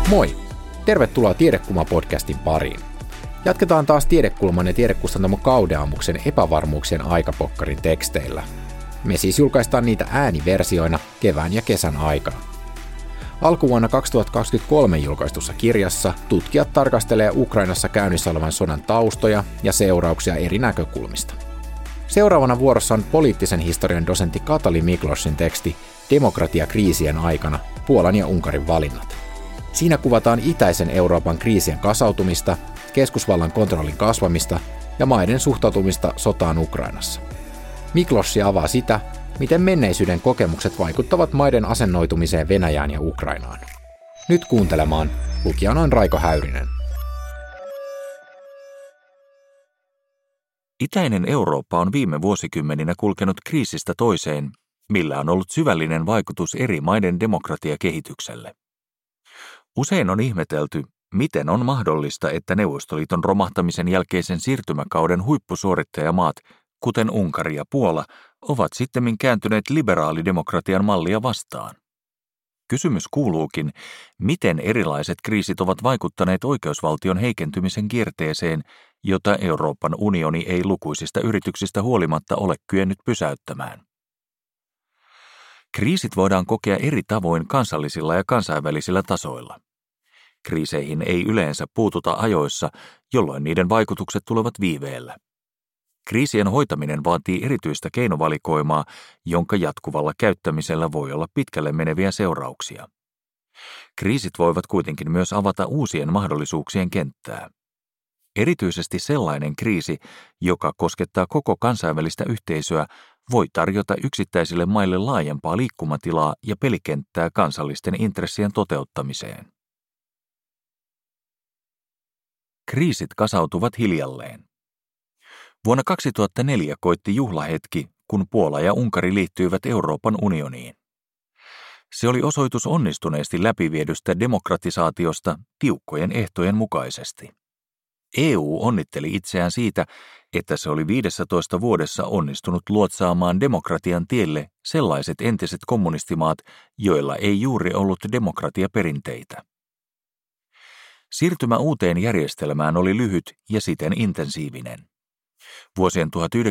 Moi! Tervetuloa Tiedekulma-podcastin pariin. Jatketaan taas Tiedekulman ja Tiedekustantamon Kaudeaamuksen epävarmuuksien aikapokkarin teksteillä. Me siis julkaistaan niitä ääniversioina kevään ja kesän aikana. Alkuvuonna 2023 julkaistussa kirjassa tutkijat tarkastelee Ukrainassa käynnissä olevan sodan taustoja ja seurauksia eri näkökulmista. Seuraavana vuorossa on poliittisen historian dosentti Katali Miklosin teksti Demokratia kriisien aikana, Puolan ja Unkarin valinnat. Siinä kuvataan itäisen Euroopan kriisien kasautumista, keskusvallan kontrollin kasvamista ja maiden suhtautumista sotaan Ukrainassa. Miklosi avaa sitä, miten menneisyyden kokemukset vaikuttavat maiden asennoitumiseen Venäjään ja Ukrainaan. Nyt kuuntelemaan. Lukijana on Raiko Häyrinen. Itäinen Eurooppa on viime vuosikymmeninä kulkenut kriisistä toiseen, millä on ollut syvällinen vaikutus eri maiden demokratiakehitykselle. Usein on ihmetelty, miten on mahdollista, että Neuvostoliiton romahtamisen jälkeisen siirtymäkauden huippusuorittajamaat, kuten Unkari ja Puola, ovat sittemmin kääntyneet liberaalidemokratian mallia vastaan. Kysymys kuuluukin, miten erilaiset kriisit ovat vaikuttaneet oikeusvaltion heikentymisen kierteeseen, jota Euroopan unioni ei lukuisista yrityksistä huolimatta ole kyennyt pysäyttämään. Kriisit voidaan kokea eri tavoin kansallisilla ja kansainvälisillä tasoilla. Kriiseihin ei yleensä puututa ajoissa, jolloin niiden vaikutukset tulevat viiveellä. Kriisien hoitaminen vaatii erityistä keinovalikoimaa, jonka jatkuvalla käyttämisellä voi olla pitkälle meneviä seurauksia. Kriisit voivat kuitenkin myös avata uusien mahdollisuuksien kenttää. Erityisesti sellainen kriisi, joka koskettaa koko kansainvälistä yhteisöä, voi tarjota yksittäisille maille laajempaa liikkumatilaa ja pelikenttää kansallisten intressien toteuttamiseen. Kriisit kasautuvat hiljalleen. Vuonna 2004 koitti juhlahetki, kun Puola ja Unkari liittyivät Euroopan unioniin. Se oli osoitus onnistuneesti läpiviedystä demokratisaatiosta tiukkojen ehtojen mukaisesti. EU onnitteli itseään siitä, että se oli 15 vuodessa onnistunut luotsaamaan demokratian tielle sellaiset entiset kommunistimaat, joilla ei juuri ollut demokratiaperinteitä. Siirtymä uuteen järjestelmään oli lyhyt ja siten intensiivinen. Vuosien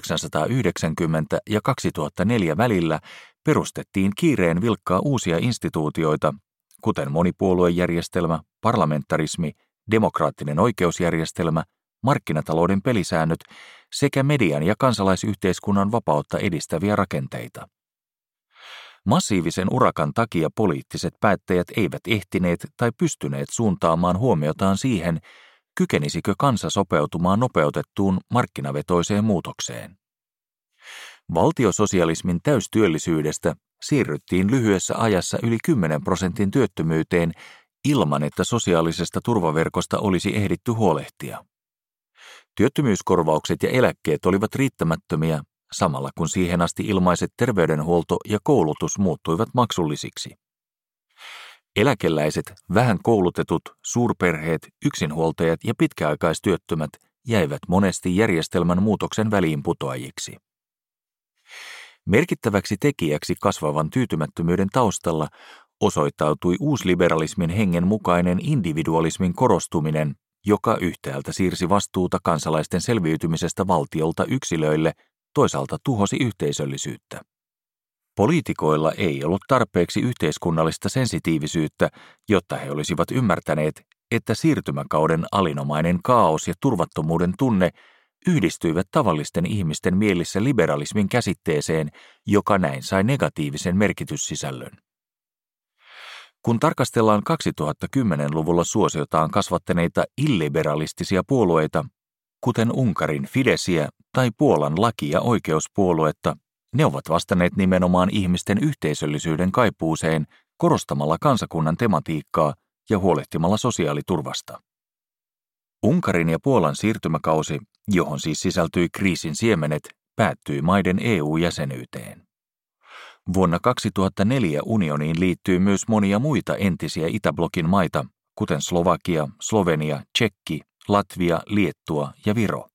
1990 ja 2004 välillä perustettiin kiireen vilkkaa uusia instituutioita, kuten monipuoluejärjestelmä, parlamentarismi, demokraattinen oikeusjärjestelmä, markkinatalouden pelisäännöt sekä median ja kansalaisyhteiskunnan vapautta edistäviä rakenteita. Massiivisen urakan takia poliittiset päättäjät eivät ehtineet tai pystyneet suuntaamaan huomiotaan siihen, kykenisikö kansa sopeutumaan nopeutettuun markkinavetoiseen muutokseen. Valtiososialismin täystyöllisyydestä siirryttiin lyhyessä ajassa yli 10% työttömyyteen ilman, että sosiaalisesta turvaverkosta olisi ehditty huolehtia. Työttömyyskorvaukset ja eläkkeet olivat riittämättömiä, samalla kun siihen asti ilmaiset terveydenhuolto ja koulutus muuttuivat maksullisiksi. Eläkeläiset, vähän koulutetut, suurperheet, yksinhuoltajat ja pitkäaikaistyöttömät jäivät monesti järjestelmän muutoksen väliinputoajiksi. Merkittäväksi tekijäksi kasvavan tyytymättömyyden taustalla osoittautui uusliberalismin hengen mukainen individualismin korostuminen, joka yhtäältä siirsi vastuuta kansalaisten selviytymisestä valtiolta yksilöille, toisaalta tuhosi yhteisöllisyyttä. Poliitikoilla ei ollut tarpeeksi yhteiskunnallista sensitiivisyyttä, jotta he olisivat ymmärtäneet, että siirtymäkauden alinomainen kaos ja turvattomuuden tunne yhdistyivät tavallisten ihmisten mielissä liberalismin käsitteeseen, joka näin sai negatiivisen merkityssisällön. Kun tarkastellaan 2010-luvulla suosiotaan kasvattaneita illiberalistisia puolueita, kuten Unkarin Fidesziä tai Puolan laki- ja oikeuspuoluetta, ne ovat vastanneet nimenomaan ihmisten yhteisöllisyyden kaipuuseen korostamalla kansakunnan tematiikkaa ja huolehtimalla sosiaaliturvasta. Unkarin ja Puolan siirtymäkausi, johon siis sisältyi kriisin siemenet, päättyi maiden EU-jäsenyyteen. Vuonna 2004 unioniin liittyy myös monia muita entisiä Itäblokin maita, kuten Slovakia, Slovenia, Tšekki, Latvia, Liettua ja Viro.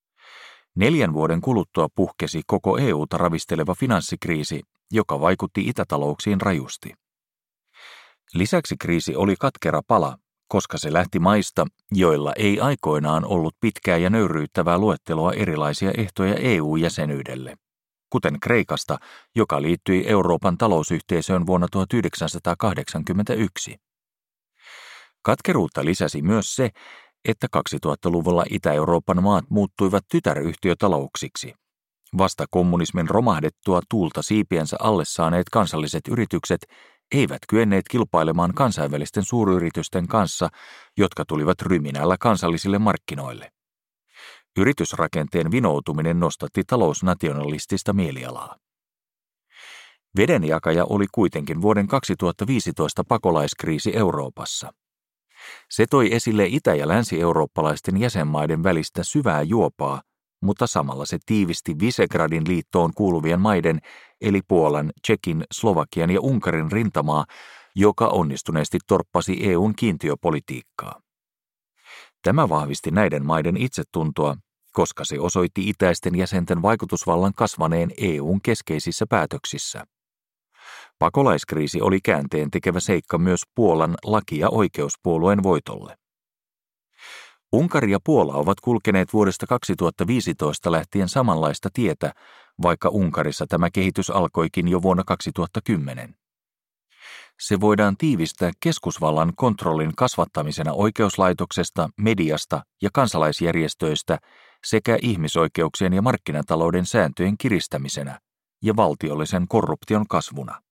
4 vuoden kuluttua puhkesi koko EU:ta ravisteleva finanssikriisi, joka vaikutti itätalouksiin rajusti. Lisäksi kriisi oli katkera pala, koska se lähti maista, joilla ei aikoinaan ollut pitkää ja nöyryyttävää luetteloa erilaisia ehtoja EU-jäsenyydelle, kuten Kreikasta, joka liittyi Euroopan talousyhteisöön vuonna 1981. Katkeruutta lisäsi myös se, että 2000-luvulla Itä-Euroopan maat muuttuivat tytäryhtiötalouksiksi. Vasta kommunismin romahdettua tuulta siipiensä alle saaneet kansalliset yritykset eivät kyenneet kilpailemaan kansainvälisten suuryritysten kanssa, jotka tulivat ryminällä kansallisille markkinoille. Yritysrakenteen vinoutuminen nostatti talousnationalistista mielialaa. Vedenjakaja oli kuitenkin vuoden 2015 pakolaiskriisi Euroopassa. Se toi esille itä- ja länsi-eurooppalaisten jäsenmaiden välistä syvää juopaa, mutta samalla se tiivisti Visegradin liittoon kuuluvien maiden, eli Puolan, Tšekin, Slovakian ja Unkarin rintamaa, joka onnistuneesti torppasi EUn kiintiöpolitiikkaa. Tämä vahvisti näiden maiden itsetuntoa, koska se osoitti itäisten jäsenten vaikutusvallan kasvaneen EUn keskeisissä päätöksissä. Pakolaiskriisi oli käänteen tekevä seikka myös Puolan laki- ja oikeuspuolueen voitolle. Unkari ja Puola ovat kulkeneet vuodesta 2015 lähtien samanlaista tietä, vaikka Unkarissa tämä kehitys alkoikin jo vuonna 2010. Se voidaan tiivistää keskusvallan kontrollin kasvattamisena oikeuslaitoksesta, mediasta ja kansalaisjärjestöistä sekä ihmisoikeuksien ja markkinatalouden sääntöjen kiristämisenä ja valtiollisen korruption kasvuna.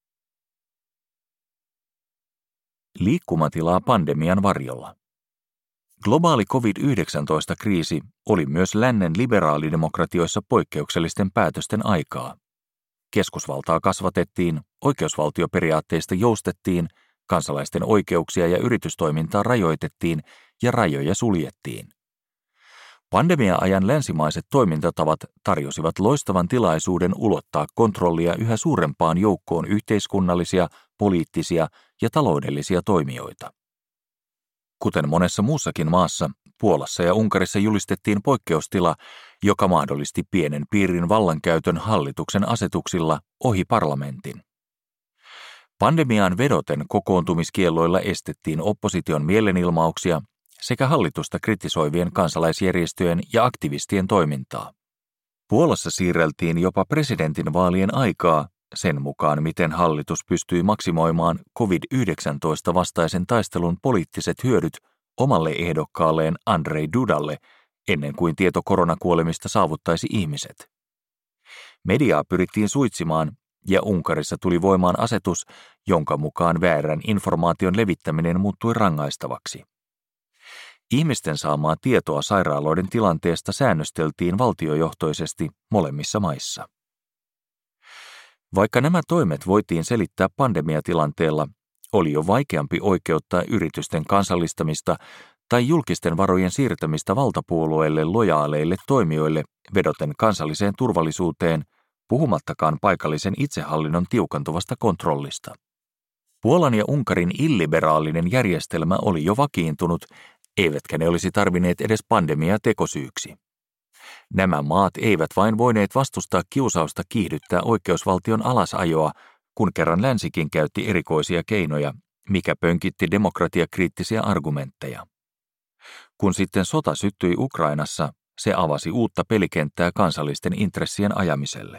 Liikkumatilaa pandemian varjolla. Globaali COVID-19-kriisi oli myös lännen liberaalidemokratioissa poikkeuksellisten päätösten aikaa. Keskusvaltaa kasvatettiin, oikeusvaltioperiaatteista joustettiin, kansalaisten oikeuksia ja yritystoimintaa rajoitettiin ja rajoja suljettiin. Pandemia-ajan länsimaiset toimintatavat tarjosivat loistavan tilaisuuden ulottaa kontrollia yhä suurempaan joukkoon yhteiskunnallisia, poliittisia ja taloudellisia toimijoita. Kuten monessa muussakin maassa, Puolassa ja Unkarissa julistettiin poikkeustila, joka mahdollisti pienen piirin vallankäytön hallituksen asetuksilla ohi parlamentin. Pandemiaan vedoten kokoontumiskielloilla estettiin opposition mielenilmauksia sekä hallitusta kritisoivien kansalaisjärjestöjen ja aktivistien toimintaa. Puolassa siirreltiin jopa presidentinvaalien aikaa sen mukaan, miten hallitus pystyi maksimoimaan COVID-19 vastaisen taistelun poliittiset hyödyt omalle ehdokkaalleen Andrzej Dudalle ennen kuin tieto koronakuolemista saavuttaisi ihmiset. Mediaa pyrittiin suitsimaan ja Unkarissa tuli voimaan asetus, jonka mukaan väärän informaation levittäminen muuttui rangaistavaksi. Ihmisten saamaa tietoa sairaaloiden tilanteesta säännösteltiin valtiojohtoisesti molemmissa maissa. Vaikka nämä toimet voitiin selittää pandemiatilanteella, oli jo vaikeampi oikeuttaa yritysten kansallistamista tai julkisten varojen siirtämistä valtapuolueille lojaaleille toimijoille vedoten kansalliseen turvallisuuteen, puhumattakaan paikallisen itsehallinnon tiukantuvasta kontrollista. Puolan ja Unkarin illiberaalinen järjestelmä oli jo vakiintunut, eivätkä ne olisi tarvinneet edes pandemiaa tekosyyksi. Nämä maat eivät vain voineet vastustaa kiusausta kiihdyttää oikeusvaltion alasajoa, kun kerran länsikin käytti erikoisia keinoja, mikä pönkitti demokratiakriittisiä argumentteja. Kun sitten sota syttyi Ukrainassa, se avasi uutta pelikenttää kansallisten intressien ajamiselle.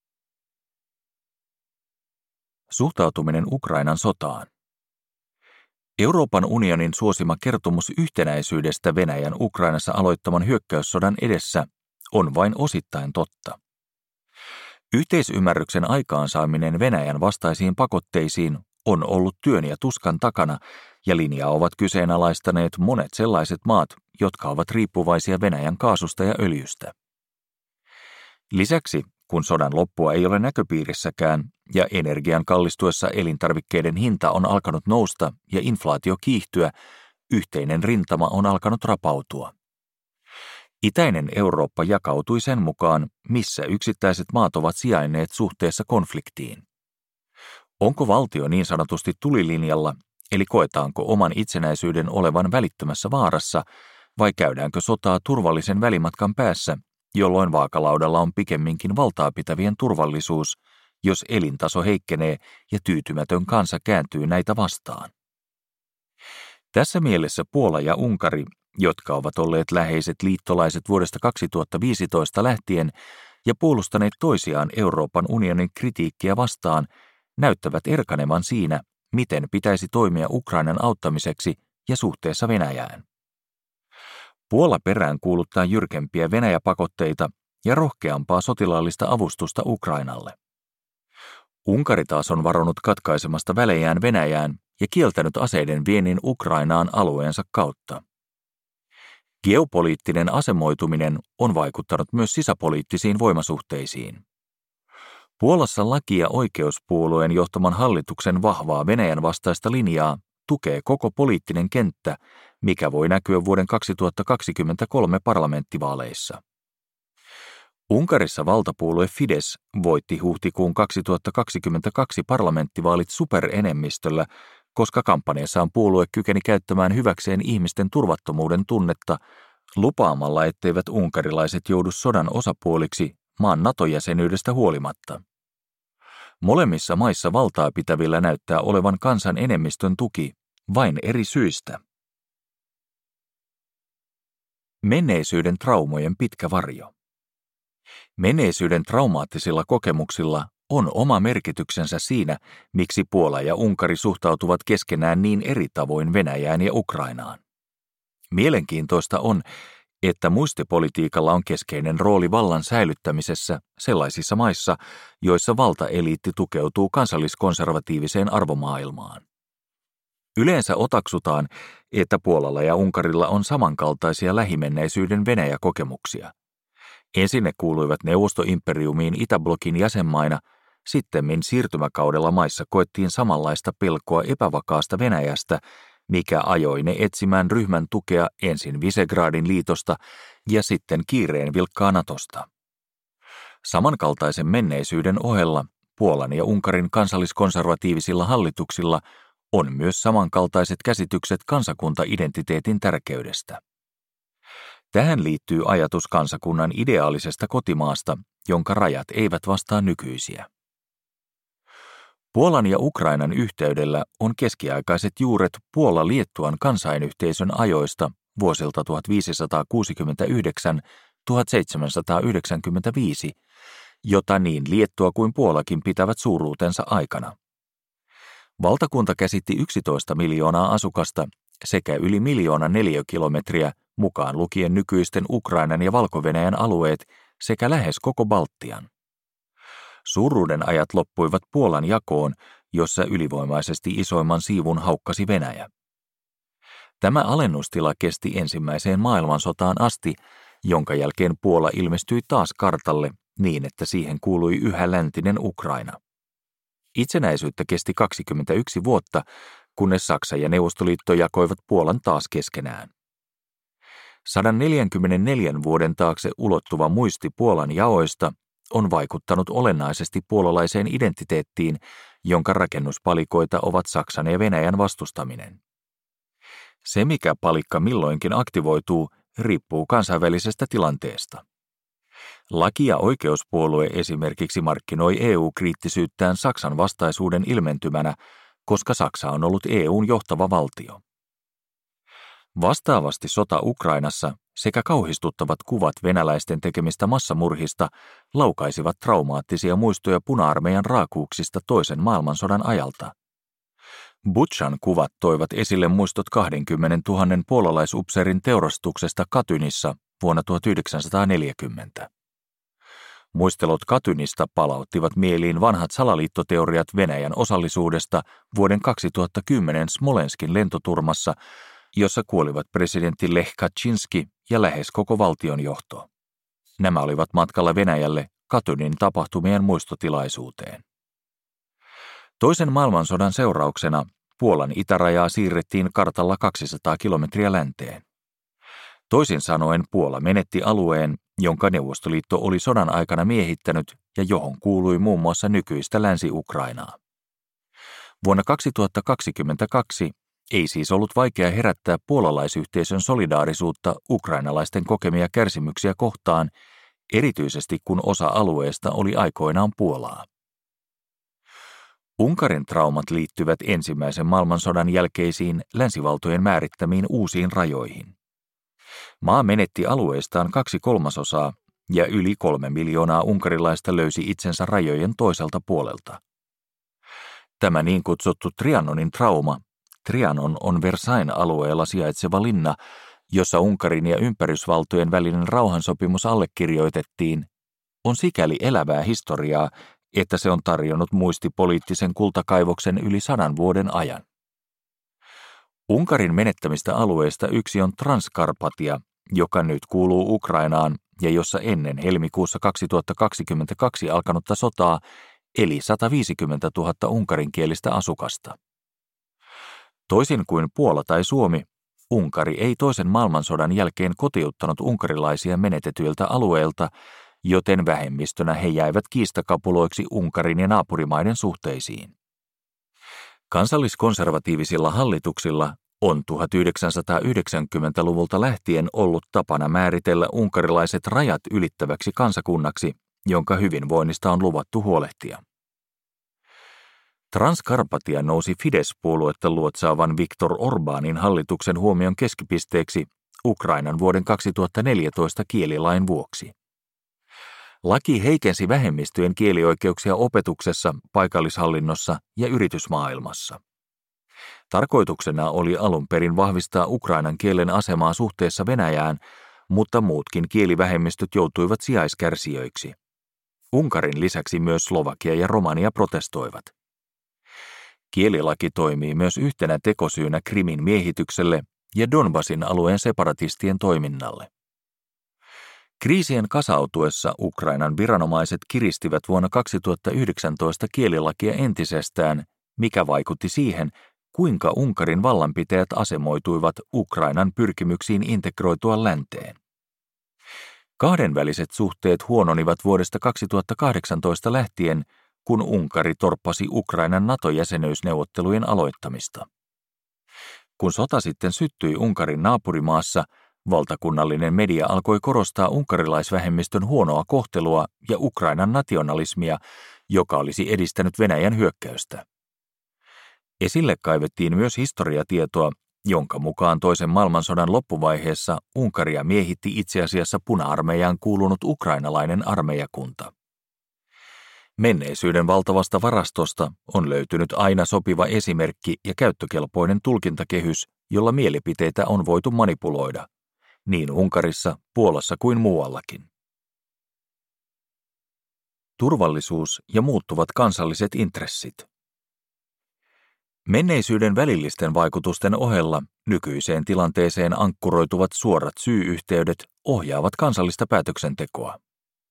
Suhtautuminen Ukrainan sotaan. Euroopan unionin suosima kertomus yhtenäisyydestä Venäjän Ukrainassa aloittaman hyökkäyssodan edessä on vain osittain totta. Yhteisymmärryksen aikaansaaminen Venäjän vastaisiin pakotteisiin on ollut työn ja tuskan takana, ja linjaa ovat kyseenalaistaneet monet sellaiset maat, jotka ovat riippuvaisia Venäjän kaasusta ja öljystä. Lisäksi, kun sodan loppua ei ole näköpiirissäkään ja energian kallistuessa elintarvikkeiden hinta on alkanut nousta ja inflaatio kiihtyä, yhteinen rintama on alkanut rapautua. Itäinen Eurooppa jakautui sen mukaan, missä yksittäiset maat ovat sijainneet suhteessa konfliktiin. Onko valtio niin sanotusti tulilinjalla, eli koetaanko oman itsenäisyyden olevan välittömässä vaarassa, vai käydäänkö sotaa turvallisen välimatkan päässä, jolloin vaakalaudalla on pikemminkin valtaa pitävien turvallisuus, jos elintaso heikkenee ja tyytymätön kansa kääntyy näitä vastaan. Tässä mielessä Puola ja Unkari, jotka ovat olleet läheiset liittolaiset vuodesta 2015 lähtien ja puolustaneet toisiaan Euroopan unionin kritiikkiä vastaan, näyttävät erkanevan siinä, miten pitäisi toimia Ukrainan auttamiseksi ja suhteessa Venäjään. Puola perään kuuluttaa jyrkempiä Venäjä-pakotteita ja rohkeampaa sotilaallista avustusta Ukrainalle. Unkari taas on varonut katkaisemasta välejään Venäjään ja kieltänyt aseiden viennin Ukrainaan alueensa kautta. Geopoliittinen asemoituminen on vaikuttanut myös sisäpoliittisiin voimasuhteisiin. Puolassa Laki- ja oikeuspuolueen johtaman hallituksen vahvaa Venäjän vastaista linjaa tukee koko poliittinen kenttä, mikä voi näkyä vuoden 2023 parlamenttivaaleissa. Unkarissa valtapuolue Fidesz voitti huhtikuun 2022 parlamenttivaalit superenemmistöllä, koska kampanjassaan puolue kykeni käyttämään hyväkseen ihmisten turvattomuuden tunnetta lupaamalla, etteivät unkarilaiset joudu sodan osapuoliksi maan NATO-jäsenyydestä huolimatta. Molemmissa maissa valtaa pitävillä näyttää olevan kansan enemmistön tuki, vain eri syistä. Menneisyyden traumojen pitkä varjo. Menneisyyden traumaattisilla kokemuksilla on oma merkityksensä siinä, miksi Puola ja Unkari suhtautuvat keskenään niin eri tavoin Venäjään ja Ukrainaan. Mielenkiintoista on, että muistipolitiikalla on keskeinen rooli vallan säilyttämisessä sellaisissa maissa, joissa valtaeliitti tukeutuu kansalliskonservatiiviseen arvomaailmaan. Yleensä otaksutaan, että Puolalla ja Unkarilla on samankaltaisia lähimenneisyyden Venäjä-kokemuksia. Ensin ne kuuluivat Neuvostoimperiumiin Itäblokin jäsenmaina, sittemmin siirtymäkaudella maissa koettiin samanlaista pelkoa epävakaasta Venäjästä, mikä ajoi ne etsimään ryhmän tukea ensin Visegradin liitosta ja sitten kiireen vilkkaa Natosta. Samankaltaisen menneisyyden ohella Puolan ja Unkarin kansalliskonservatiivisilla hallituksilla on myös samankaltaiset käsitykset kansakuntaidentiteetin tärkeydestä. Tähän liittyy ajatus kansakunnan ideaalisesta kotimaasta, jonka rajat eivät vastaa nykyisiä. Puolan ja Ukrainan yhteydellä on keskiaikaiset juuret Puola-Liettuan kansainyhteisön ajoista vuosilta 1569–1795, jota niin Liettua kuin Puolakin pitävät suuruutensa aikana. Valtakunta käsitti 11 miljoonaa asukasta sekä yli 1 miljoona neliökilometriä, mukaan lukien nykyisten Ukrainan ja Valko-Venäjän alueet sekä lähes koko Baltian. Suuruuden ajat loppuivat Puolan jakoon, jossa ylivoimaisesti isoimman siivun haukkasi Venäjä. Tämä alennustila kesti ensimmäiseen maailmansotaan asti, jonka jälkeen Puola ilmestyi taas kartalle niin, että siihen kuului yhä läntinen Ukraina. Itsenäisyyttä kesti 21 vuotta, kunnes Saksa ja Neuvostoliitto jakoivat Puolan taas keskenään. 144 vuoden taakse ulottuva muisti Puolan jaoista on vaikuttanut olennaisesti puolalaiseen identiteettiin, jonka rakennuspalikoita ovat Saksan ja Venäjän vastustaminen. Se, mikä palikka milloinkin aktivoituu, riippuu kansainvälisestä tilanteesta. Laki- ja oikeuspuolue esimerkiksi markkinoi EU-kriittisyyttään Saksan vastaisuuden ilmentymänä, koska Saksa on ollut EUn johtava valtio. Vastaavasti sota Ukrainassa sekä kauhistuttavat kuvat venäläisten tekemistä massamurhista laukaisivat traumaattisia muistoja puna-armeijan raakuuksista toisen maailmansodan ajalta. Butšan kuvat toivat esille muistot 20 000 puolalaisupseerin teurastuksesta Katynissa vuonna 1940. Muistelot Katynista palauttivat mieliin vanhat salaliittoteoriat Venäjän osallisuudesta vuoden 2010 Smolenskin lentoturmassa, jossa kuolivat presidentti Lech Kaczynski ja lähes koko valtion johto. Nämä olivat matkalla Venäjälle Katynin tapahtumien muistotilaisuuteen. Toisen maailmansodan seurauksena Puolan itärajaa siirrettiin kartalla 200 kilometriä länteen. Toisin sanoen Puola menetti alueen, jonka Neuvostoliitto oli sodan aikana miehittänyt ja johon kuului muun muassa nykyistä Länsi-Ukrainaa. Vuonna 2022 ei siis ollut vaikea herättää puolalaisyhteisön solidaarisuutta ukrainalaisten kokemia kärsimyksiä kohtaan, erityisesti kun osa alueesta oli aikoinaan Puolaa. Unkarin traumat liittyvät ensimmäisen maailmansodan jälkeisiin länsivaltojen määrittämiin uusiin rajoihin. Maa menetti alueestaan 2/3 ja yli 3 miljoonaa unkarilaista löysi itsensä rajojen toiselta puolelta. Tämä niin kutsuttu Trianonin trauma, Trianon on Versailles alueella sijaitseva linna, jossa Unkarin ja ympärysvaltojen välinen rauhansopimus allekirjoitettiin, on sikäli elävää historiaa, että se on tarjonnut muistipoliittisen kultakaivoksen yli 100 vuoden ajan. Unkarin menettämistä alueista yksi on Transkarpatia, joka nyt kuuluu Ukrainaan ja jossa ennen helmikuussa 2022 alkanutta sotaa eli 150 000 unkarinkielistä asukasta. Toisin kuin Puola tai Suomi, Unkari ei toisen maailmansodan jälkeen kotiuttanut unkarilaisia menetetyiltä alueilta, joten vähemmistönä he jäivät kiistakapuloiksi Unkarin ja naapurimaiden suhteisiin. Kansalliskonservatiivisilla hallituksilla on 1990-luvulta lähtien ollut tapana määritellä unkarilaiset rajat ylittäväksi kansakunnaksi, jonka hyvinvoinnista on luvattu huolehtia. Transkarpatia nousi Fidesz-puoluetta luotsaavan Viktor Orbánin hallituksen huomion keskipisteeksi Ukrainan vuoden 2014 kielilain vuoksi. Laki heikensi vähemmistöjen kielioikeuksia opetuksessa, paikallishallinnossa ja yritysmaailmassa. Tarkoituksena oli alun perin vahvistaa ukrainan kielen asemaa suhteessa Venäjään, mutta muutkin kielivähemmistöt joutuivat sijaiskärsijöiksi. Unkarin lisäksi myös Slovakia ja Romania protestoivat. Kielilaki toimii myös yhtenä tekosyynä Krimin miehitykselle ja Donbasin alueen separatistien toiminnalle. Kriisien kasautuessa Ukrainan viranomaiset kiristivät vuonna 2019 kielilakia entisestään, mikä vaikutti siihen, kuinka Unkarin vallanpitäjät asemoituivat Ukrainan pyrkimyksiin integroitua länteen. Kahdenväliset suhteet huononivat vuodesta 2018 lähtien, kun Unkari torppasi Ukrainan NATO-jäsenyysneuvottelujen aloittamista. Kun sota sitten syttyi Unkarin naapurimaassa, valtakunnallinen media alkoi korostaa unkarilaisvähemmistön huonoa kohtelua ja Ukrainan nationalismia, joka olisi edistänyt Venäjän hyökkäystä. Esille kaivettiin myös historiatietoa, jonka mukaan toisen maailmansodan loppuvaiheessa Unkaria miehitti itse asiassa puna-armeijaan kuulunut ukrainalainen armeijakunta. Menneisyyden valtavasta varastosta on löytynyt aina sopiva esimerkki ja käyttökelpoinen tulkintakehys, jolla mielipiteitä on voitu manipuloida, niin Unkarissa, Puolassa kuin muuallakin. Turvallisuus ja muuttuvat kansalliset intressit. Menneisyyden välillisten vaikutusten ohella nykyiseen tilanteeseen ankkuroituvat suorat syy-yhteydet ohjaavat kansallista päätöksentekoa.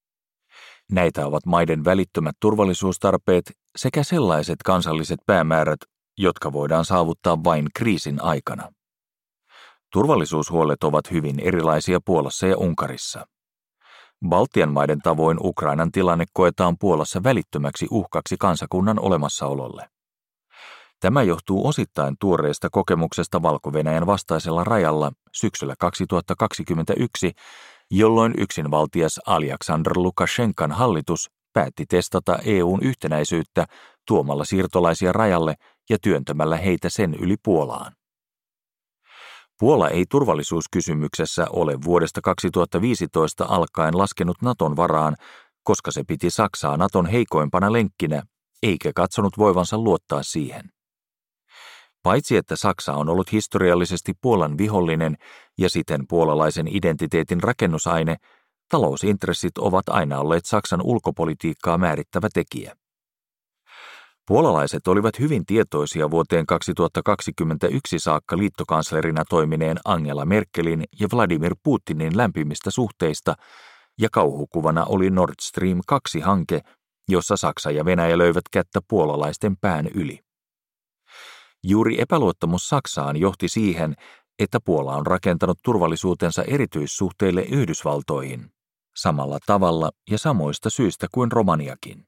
Näitä ovat maiden välittömät turvallisuustarpeet sekä sellaiset kansalliset päämäärät, jotka voidaan saavuttaa vain kriisin aikana. Turvallisuushuolet ovat hyvin erilaisia Puolassa ja Unkarissa. Baltian maiden tavoin Ukrainan tilanne koetaan Puolassa välittömäksi uhkaksi kansakunnan olemassaololle. Tämä johtuu osittain tuoreesta kokemuksesta Valko-Venäjän vastaisella rajalla syksyllä 2021, jolloin yksinvaltias Aljaksandr Lukashenkan hallitus päätti testata EU:n yhtenäisyyttä tuomalla siirtolaisia rajalle ja työntämällä heitä sen yli Puolaan. Puola ei turvallisuuskysymyksessä ole vuodesta 2015 alkaen laskenut Naton varaan, koska se piti Saksaa Naton heikoimpana lenkkinä, eikä katsonut voivansa luottaa siihen. Paitsi että Saksa on ollut historiallisesti Puolan vihollinen ja siten puolalaisen identiteetin rakennusaine, talousintressit ovat aina olleet Saksan ulkopolitiikkaa määrittävä tekijä. Puolalaiset olivat hyvin tietoisia vuoteen 2021 saakka liittokanslerina toimineen Angela Merkelin ja Vladimir Putinin lämpimistä suhteista, ja kauhukuvana oli Nord Stream 2-hanke, jossa Saksa ja Venäjä löivät kättä puolalaisten pään yli. Juuri epäluottamus Saksaan johti siihen, että Puola on rakentanut turvallisuutensa erityissuhteille Yhdysvaltoihin, samalla tavalla ja samoista syistä kuin Romaniakin.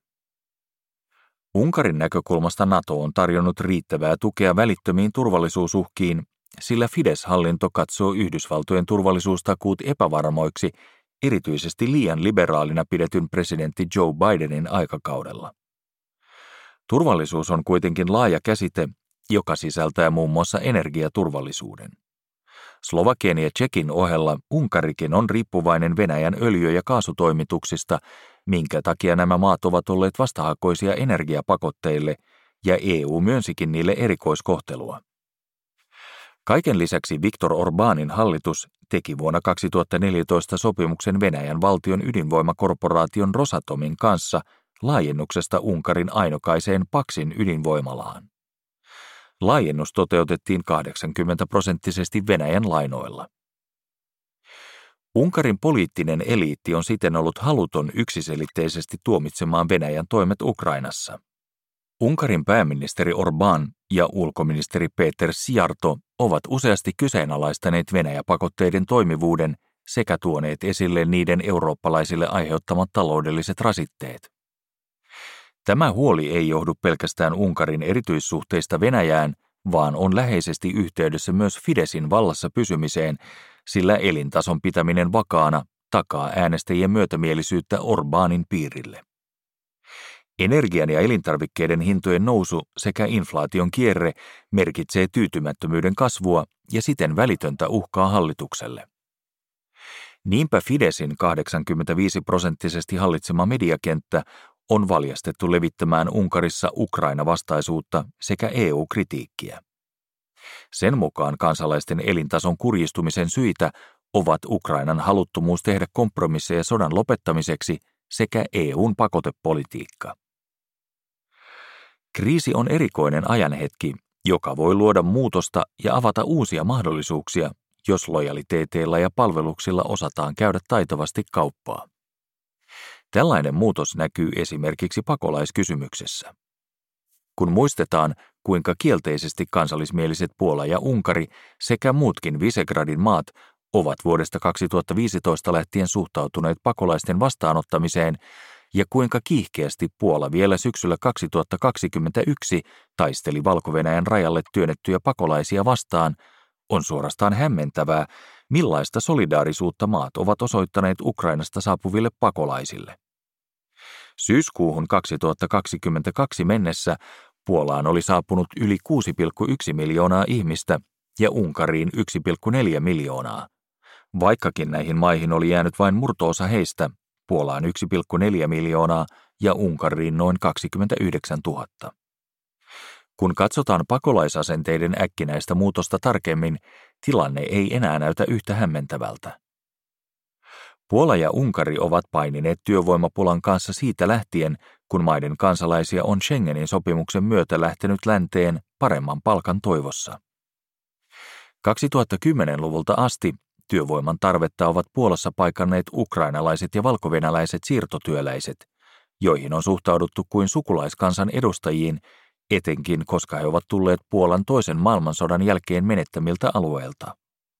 Unkarin näkökulmasta NATO on tarjonnut riittävää tukea välittömiin turvallisuusuhkiin, sillä Fidesz-hallinto katsoo Yhdysvaltojen turvallisuustakuut epävarmoiksi, erityisesti liian liberaalina pidetyn presidentti Joe Bidenin aikakaudella. Turvallisuus on kuitenkin laaja käsite, joka sisältää muun muassa energiaturvallisuuden. Slovakian ja Tšekin ohella Unkarikin on riippuvainen Venäjän öljy- ja kaasutoimituksista, minkä takia nämä maat ovat olleet vastahakoisia energiapakotteille, ja EU myönsikin niille erikoiskohtelua. Kaiken lisäksi Viktor Orbánin hallitus teki vuonna 2014 sopimuksen Venäjän valtion ydinvoimakorporaation Rosatomin kanssa laajennuksesta Unkarin ainokaiseen Paksin ydinvoimalaan. Laajennus toteutettiin 80% Venäjän lainoilla. Unkarin poliittinen eliitti on siten ollut haluton yksiselitteisesti tuomitsemaan Venäjän toimet Ukrainassa. Unkarin pääministeri Orbán ja ulkoministeri Péter Szijjártó ovat useasti kyseenalaistaneet Venäjä-pakotteiden toimivuuden sekä tuoneet esille niiden eurooppalaisille aiheuttamat taloudelliset rasitteet. Tämä huoli ei johdu pelkästään Unkarin erityissuhteista Venäjään, vaan on läheisesti yhteydessä myös Fidesin vallassa pysymiseen, sillä elintason pitäminen vakaana takaa äänestäjien myötämielisyyttä Orbánin piirille. Energian ja elintarvikkeiden hintojen nousu sekä inflaation kierre merkitsee tyytymättömyyden kasvua ja siten välitöntä uhkaa hallitukselle. Niinpä Fidesin 85% hallitsema mediakenttä on valjastettu levittämään Unkarissa Ukraina-vastaisuutta sekä EU-kritiikkiä. Sen mukaan kansalaisten elintason kurjistumisen syitä ovat Ukrainan haluttomuus tehdä kompromisseja sodan lopettamiseksi sekä EUn pakotepolitiikka. Kriisi on erikoinen ajanhetki, joka voi luoda muutosta ja avata uusia mahdollisuuksia, jos lojaliteeteilla ja palveluksilla osataan käydä taitavasti kauppaa. Tällainen muutos näkyy esimerkiksi pakolaiskysymyksessä. Kun muistetaan, kuinka kielteisesti kansallismieliset Puola ja Unkari sekä muutkin Visegradin maat ovat vuodesta 2015 lähtien suhtautuneet pakolaisten vastaanottamiseen ja kuinka kiihkeästi Puola vielä syksyllä 2021 taisteli Valko-Venäjän rajalle työnnettyjä pakolaisia vastaan, on suorastaan hämmentävää, millaista solidaarisuutta maat ovat osoittaneet Ukrainasta saapuville pakolaisille. Syyskuuhun 2022 mennessä Puolaan oli saapunut yli 6,1 miljoonaa ihmistä ja Unkariin 1,4 miljoonaa. Vaikkakin näihin maihin oli jäänyt vain murto-osa heistä, Puolaan 1,4 miljoonaa ja Unkariin noin 29 000. Kun katsotaan pakolaisasenteiden äkkinäistä muutosta tarkemmin, tilanne ei enää näytä yhtä hämmentävältä. Puola ja Unkari ovat painineet työvoimapulan kanssa siitä lähtien, kun maiden kansalaisia on Schengenin sopimuksen myötä lähtenyt länteen paremman palkan toivossa. 2010-luvulta asti työvoiman tarvetta ovat Puolassa paikanneet ukrainalaiset ja valkovenäläiset siirtotyöläiset, joihin on suhtauduttu kuin sukulaiskansan edustajiin, etenkin koska he ovat tulleet Puolan toisen maailmansodan jälkeen menettämiltä alueilta.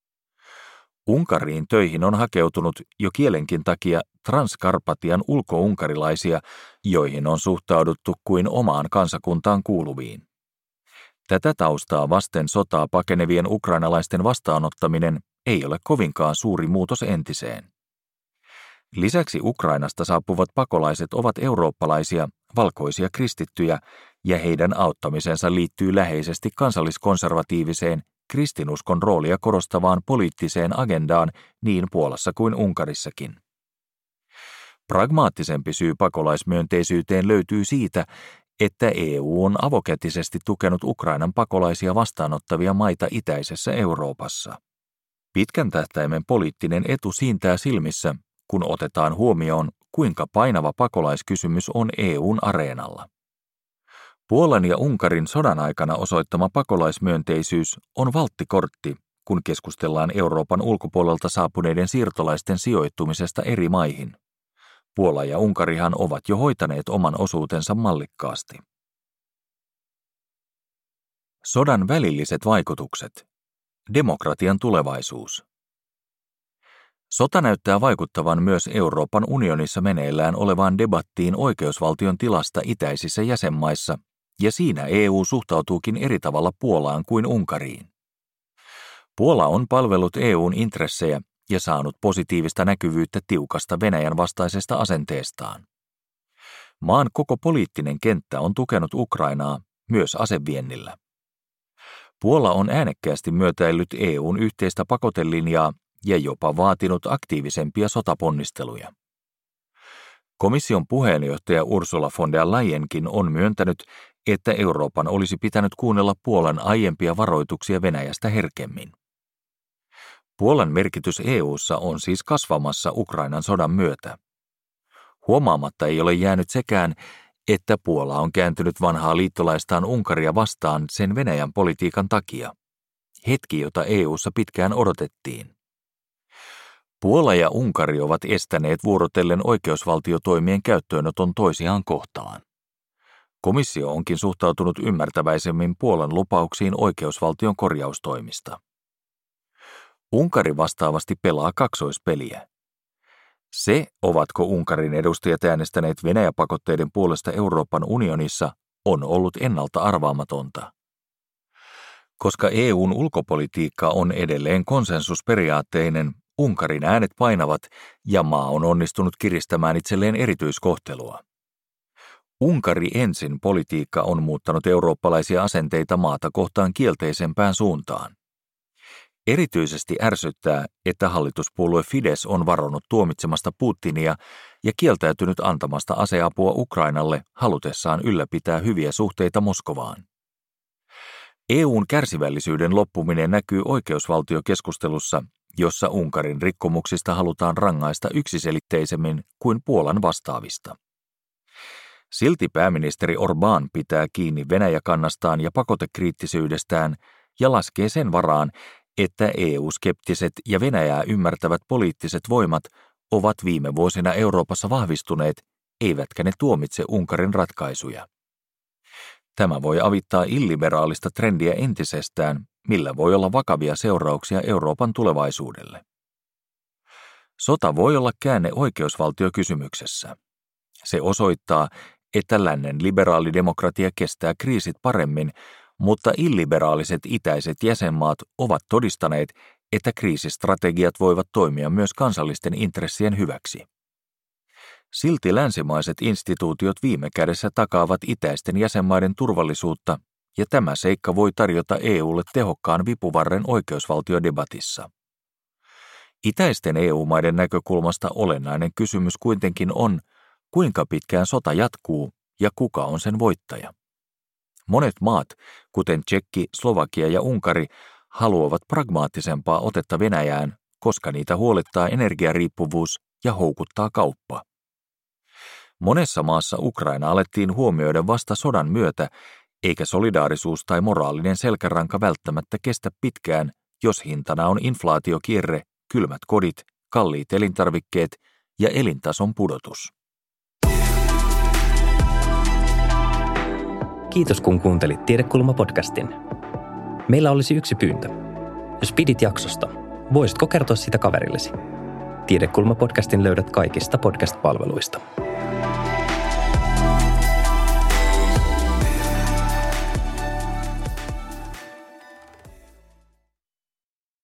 Unkariin töihin on hakeutunut jo kielenkin takia Transkarpatian ulko-unkarilaisia, joihin on suhtauduttu kuin omaan kansakuntaan kuuluviin. Tätä taustaa vasten sotaa pakenevien ukrainalaisten vastaanottaminen ei ole kovinkaan suuri muutos entiseen. Lisäksi Ukrainasta saapuvat pakolaiset ovat eurooppalaisia, valkoisia kristittyjä, ja heidän auttamisensa liittyy läheisesti kansalliskonservatiiviseen, kristinuskon roolia korostavaan poliittiseen agendaan niin Puolassa kuin Unkarissakin. Pragmaattisempi syy pakolaismyönteisyyteen löytyy siitä, että EU on avokätisesti tukenut Ukrainan pakolaisia vastaanottavia maita itäisessä Euroopassa. Pitkän tähtäimen poliittinen etu siintää silmissä, kun otetaan huomioon, kuinka painava pakolaiskysymys on EUn areenalla. Puolan ja Unkarin sodan aikana osoittama pakolaismyönteisyys on valttikortti, kun keskustellaan Euroopan ulkopuolelta saapuneiden siirtolaisten sijoittumisesta eri maihin. Puola ja Unkarihan ovat jo hoitaneet oman osuutensa mallikkaasti. Sodan välilliset vaikutukset. Demokratian tulevaisuus. Sota näyttää vaikuttavan myös Euroopan unionissa meneillään olevaan debattiin oikeusvaltion tilasta itäisissä jäsenmaissa, ja siinä EU suhtautuukin eri tavalla Puolaan kuin Unkariin. Puola on palvellut EUn intressejä ja saanut positiivista näkyvyyttä tiukasta Venäjän vastaisesta asenteestaan. Maan koko poliittinen kenttä on tukenut Ukrainaa myös aseviennillä. Puola on äänekkäästi myötäillyt EU:n yhteistä pakotelinjaa ja jopa vaatinut aktiivisempia sotaponnisteluja. Komission puheenjohtaja Ursula von der Leyenkin on myöntänyt, että Euroopan olisi pitänyt kuunnella Puolan aiempia varoituksia Venäjästä herkemmin. Puolan merkitys EU:ssa on siis kasvamassa Ukrainan sodan myötä. Huomaamatta ei ole jäänyt sekään, että Puola on kääntynyt vanhaa liittolaistaan Unkaria vastaan sen Venäjän politiikan takia. Hetki, jota EU:ssa pitkään odotettiin. Puola ja Unkari ovat estäneet vuorotellen oikeusvaltiotoimien käyttöönoton toisiaan kohtaan. Komissio onkin suhtautunut ymmärtäväisemmin Puolan lupauksiin oikeusvaltion korjaustoimista. Unkari vastaavasti pelaa kaksoispeliä. Se, ovatko Unkarin edustajat äänestäneet Venäjä-pakotteiden puolesta Euroopan unionissa, on ollut ennalta arvaamatonta. Koska EU:n ulkopolitiikka on edelleen konsensusperiaatteinen, Unkarin äänet painavat ja maa on onnistunut kiristämään itselleen erityiskohtelua. Unkari ensin -politiikka on muuttanut eurooppalaisia asenteita maata kohtaan kielteisempään suuntaan. Erityisesti ärsyttää, että hallituspuolue Fidesz on varonut tuomitsemasta Putinia ja kieltäytynyt antamasta aseapua Ukrainalle halutessaan ylläpitää hyviä suhteita Moskovaan. EU:n kärsivällisyyden loppuminen näkyy oikeusvaltiokeskustelussa, jossa Unkarin rikkomuksista halutaan rangaista yksiselitteisemmin kuin Puolan vastaavista. Silti pääministeri Orbán pitää kiinni Venäjä-kannastaan ja pakotekriittisyydestään ja laskee sen varaan, että EU-skeptiset ja Venäjää ymmärtävät poliittiset voimat ovat viime vuosina Euroopassa vahvistuneet, eivätkä ne tuomitse Unkarin ratkaisuja. Tämä voi avittaa illiberaalista trendiä entisestään, millä voi olla vakavia seurauksia Euroopan tulevaisuudelle. Sota voi olla käänne oikeusvaltiokysymyksessä. Se osoittaa, että lännen liberaalidemokratia kestää kriisit paremmin, mutta illiberaaliset itäiset jäsenmaat ovat todistaneet, että kriisistrategiat voivat toimia myös kansallisten intressien hyväksi. Silti länsimaiset instituutiot viime kädessä takaavat itäisten jäsenmaiden turvallisuutta, ja tämä seikka voi tarjota EUlle tehokkaan vipuvarren oikeusvaltiodebatissa. Itäisten EU-maiden näkökulmasta olennainen kysymys kuitenkin on, kuinka pitkään sota jatkuu ja kuka on sen voittaja. Monet maat, kuten Tšekki, Slovakia ja Unkari, haluavat pragmaattisempaa otetta Venäjään, koska niitä huolettaa energiariippuvuus ja houkuttaa kauppa. Monessa maassa Ukraina alettiin huomioida vasta sodan myötä, eikä solidaarisuus tai moraalinen selkäranka välttämättä kestä pitkään, jos hintana on inflaatiokierre, kylmät kodit, kalliit elintarvikkeet ja elintason pudotus. Kiitos kun kuuntelit Tiedekulma-podcastin. Meillä olisi yksi pyyntö. Jos pidit jaksosta, voisitko kertoa sitä kaverillesi? Tiedekulma-podcastin löydät kaikista podcast-palveluista.